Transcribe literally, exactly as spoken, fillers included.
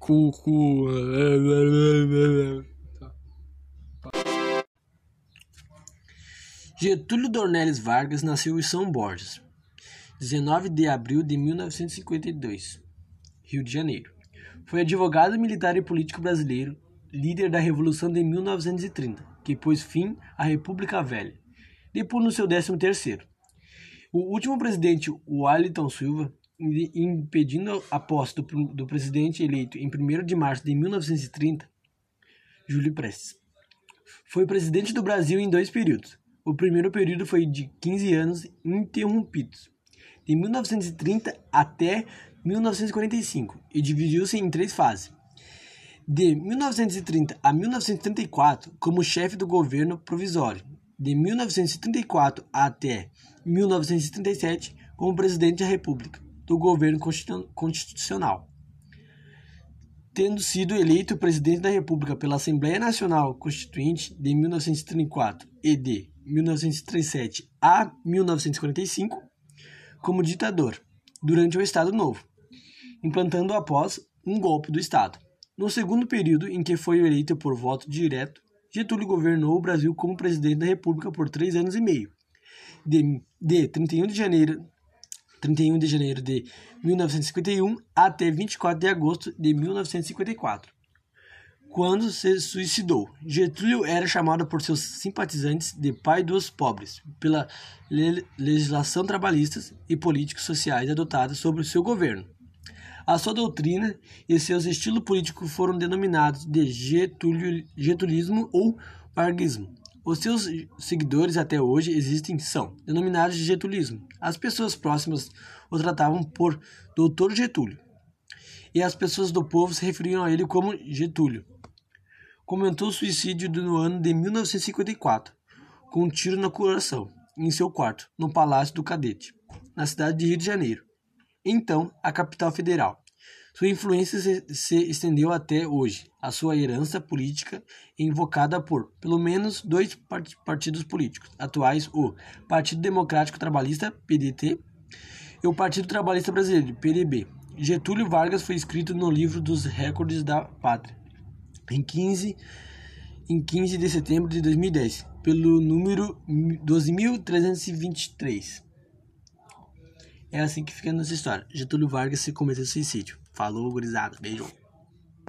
Cucu. Getúlio Dornelles Vargas nasceu em São Borja, dezenove de abril de mil novecentos e cinquenta e dois, Rio de Janeiro. Foi advogado militar e político brasileiro, líder da Revolução de mil novecentos e trinta, que pôs fim à República Velha, depois no seu décimo terceiro. O último presidente, Wellington Silva, impedindo a posse do, do presidente eleito em primeiro de março de mil novecentos e trinta, Júlio Prestes. Foi presidente do Brasil em dois períodos. O primeiro período foi de quinze anos interrompidos, de mil novecentos e trinta até mil novecentos e quarenta e cinco, e dividiu-se em três fases. De mil novecentos e trinta a mil novecentos e trinta e quatro, como chefe do governo provisório. De mil novecentos e trinta e quatro até mil novecentos e trinta e sete, como presidente da República, do governo constitucional. Tendo sido eleito presidente da República pela Assembleia Nacional Constituinte de mil novecentos e trinta e quatro e de mil novecentos e trinta e sete a mil novecentos e quarenta e cinco, como ditador, durante o Estado Novo, implantando após um golpe do Estado. No segundo período, em que foi eleito por voto direto, Getúlio governou o Brasil como presidente da República por três anos e meio, de, de trinta e um de janeiro trinta e um de janeiro de mil novecentos e cinquenta e um até vinte e quatro de agosto de mil novecentos e cinquenta e quatro, quando se suicidou. Getúlio era chamado por seus simpatizantes de pai dos pobres, pela le legislação trabalhista e políticos sociais adotada sobre o seu governo. A sua doutrina e seus estilos políticos foram denominados de getulio, getulismo ou varguismo. Os seus seguidores até hoje existem são denominados de getulismo. As pessoas próximas o tratavam por doutor Getúlio, e as pessoas do povo se referiam a ele como Getúlio. Comentou o suicídio no ano de mil novecentos e cinquenta e quatro, com um tiro no coração, em seu quarto, no Palácio do Cadete, na cidade de Rio de Janeiro, então a capital federal. Sua influência se, se estendeu até hoje. A sua herança política é invocada por, pelo menos, dois part partidos políticos atuais, o Partido Democrático Trabalhista, P D T, e o Partido Trabalhista Brasileiro, P D B. Getúlio Vargas foi inscrito no livro dos recordes da pátria, em quinze, em quinze de setembro de dois mil e dez, pelo número doze mil trezentos e vinte e três. É assim que fica nessa história. Getúlio Vargas se cometeu suicídio. Falou, gurizada. Beijo.